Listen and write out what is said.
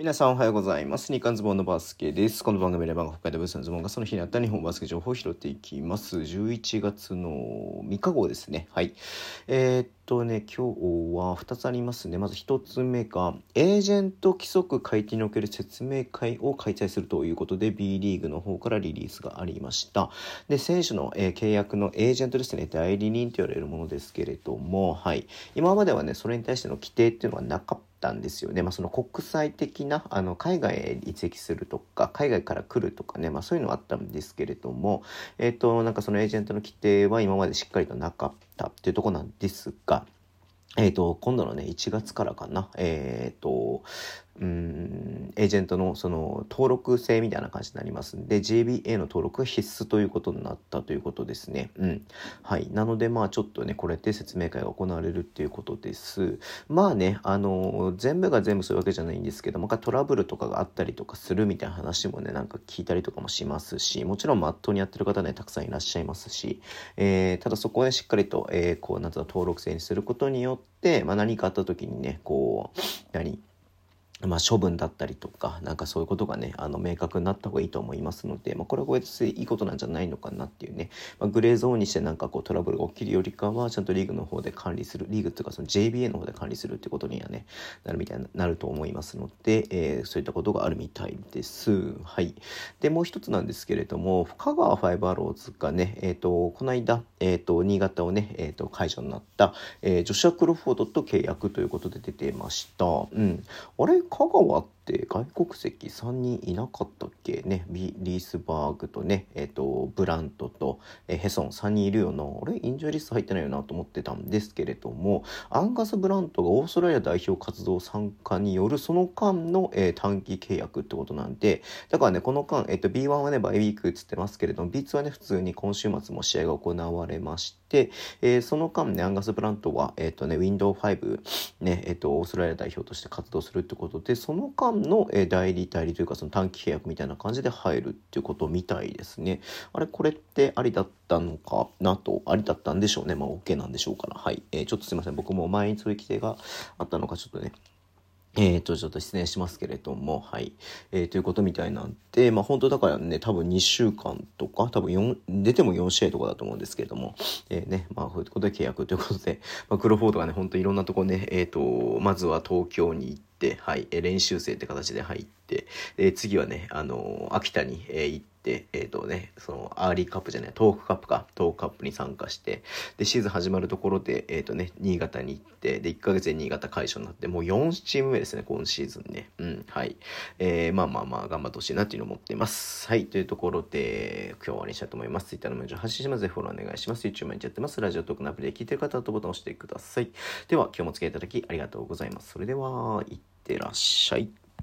皆さんおはようございます。日刊ズボンのバスケです。この番組では北海道ブースのズボンがその日にあった日本バスケ情報を拾っていきます。11月の3日号ですね。はい。今日は2つありますね。まず1つ目が、エージェント規則改定における説明会を開催するということで、B リーグの方からリリースがありました。で、選手の、契約のエージェントですね。代理人と言われるものですけれども、はい。今まではね、それに対しての規定っていうのはなかったんですよね。その国際的な海外へ移籍するとか海外から来るとかね、そういうのはあったんですけれども、なんかそのエージェントの規定は今までしっかりとなかったっていうところなんですが、今度のね、1月からかな、エージェントのその登録制みたいな感じになりますんで、JBA の登録が必須ということになったということですね。はい。なので、ちょっとね、これで説明会が行われるっていうことです。全部が全部そういうわけじゃないんですけども、トラブルとかがあったりとかするみたいな話もね、なんか聞いたりとかもしますし、もちろんまっとうにやってる方ね、たくさんいらっしゃいますし、ただそこをね、しっかりと、登録制にすることによって、何かあった時にね、処分だったりとか、なんかそういうことがね、明確になった方がいいと思いますので、これはこれでいいことなんじゃないのかなっていうね、グレーゾーンにしてなんかトラブルが起きるよりかは、ちゃんとリーグの方で管理する、リーグっていうかその JBA の方で管理するってことにはね、なると思いますので、そういったことがあるみたいです。はい。で、もう一つなんですけれども、香川ファイバーローズがね、この間、新潟をね、解除になった、ジョシュア・クロフォードと契約ということで出てました。あれ香川って外国籍3人いなかったっけね。リースバーグとね、ブラントと、ヘソン3人いるよな。あれインジャーリスト入ってないよなと思ってたんですけれども、アンガス・ブラントがオーストラリア代表活動参加によるその間の、短期契約ってことなんで、だからね、この間、B1 はね、バイウィークっつってますけれども、B2 はね、普通に今週末も試合が行われまして、その間ね、アンガス・ブラントは、ウィンドウ5、ね、オーストラリア代表として活動するってことで、その間の、代理というかその短期契約みたいな感じで入るっていうことみたいですね。あれ、これってありだったのかなと、ありだったんでしょうね。OK なんでしょうから。はい。ちょっとすいません。僕も前にそういう規定があったのかちょっとね、ちょっと失礼しますけれども、はい。ということみたいなんで、本当だからね、多分2週間とか、多分出ても4試合とかだと思うんですけれども、そういうことで契約ということで、クロフォードがね、本当いろんなとこね、まずは東京に行って、はい、練習生って形で入って、次はね、秋田に、行って、そのアーリーカップじゃない、東北カップに参加して、で、シーズン始まるところで、新潟に行って、で、1ヶ月で新潟快勝になって、もう4チーム目ですね、今シーズンね。はい。頑張ってほしいなっていうのを思っています。はい。というところで、今日は終わりにしたいと思います。Twitter のメール発信します。ぜひフォローお願いします。YouTube 毎日やってます。ラジオトークのアプリで聞いてる方はボタンを押してください。では、今日もお付き合いいただきありがとうございます。それでは、いってらっしゃい。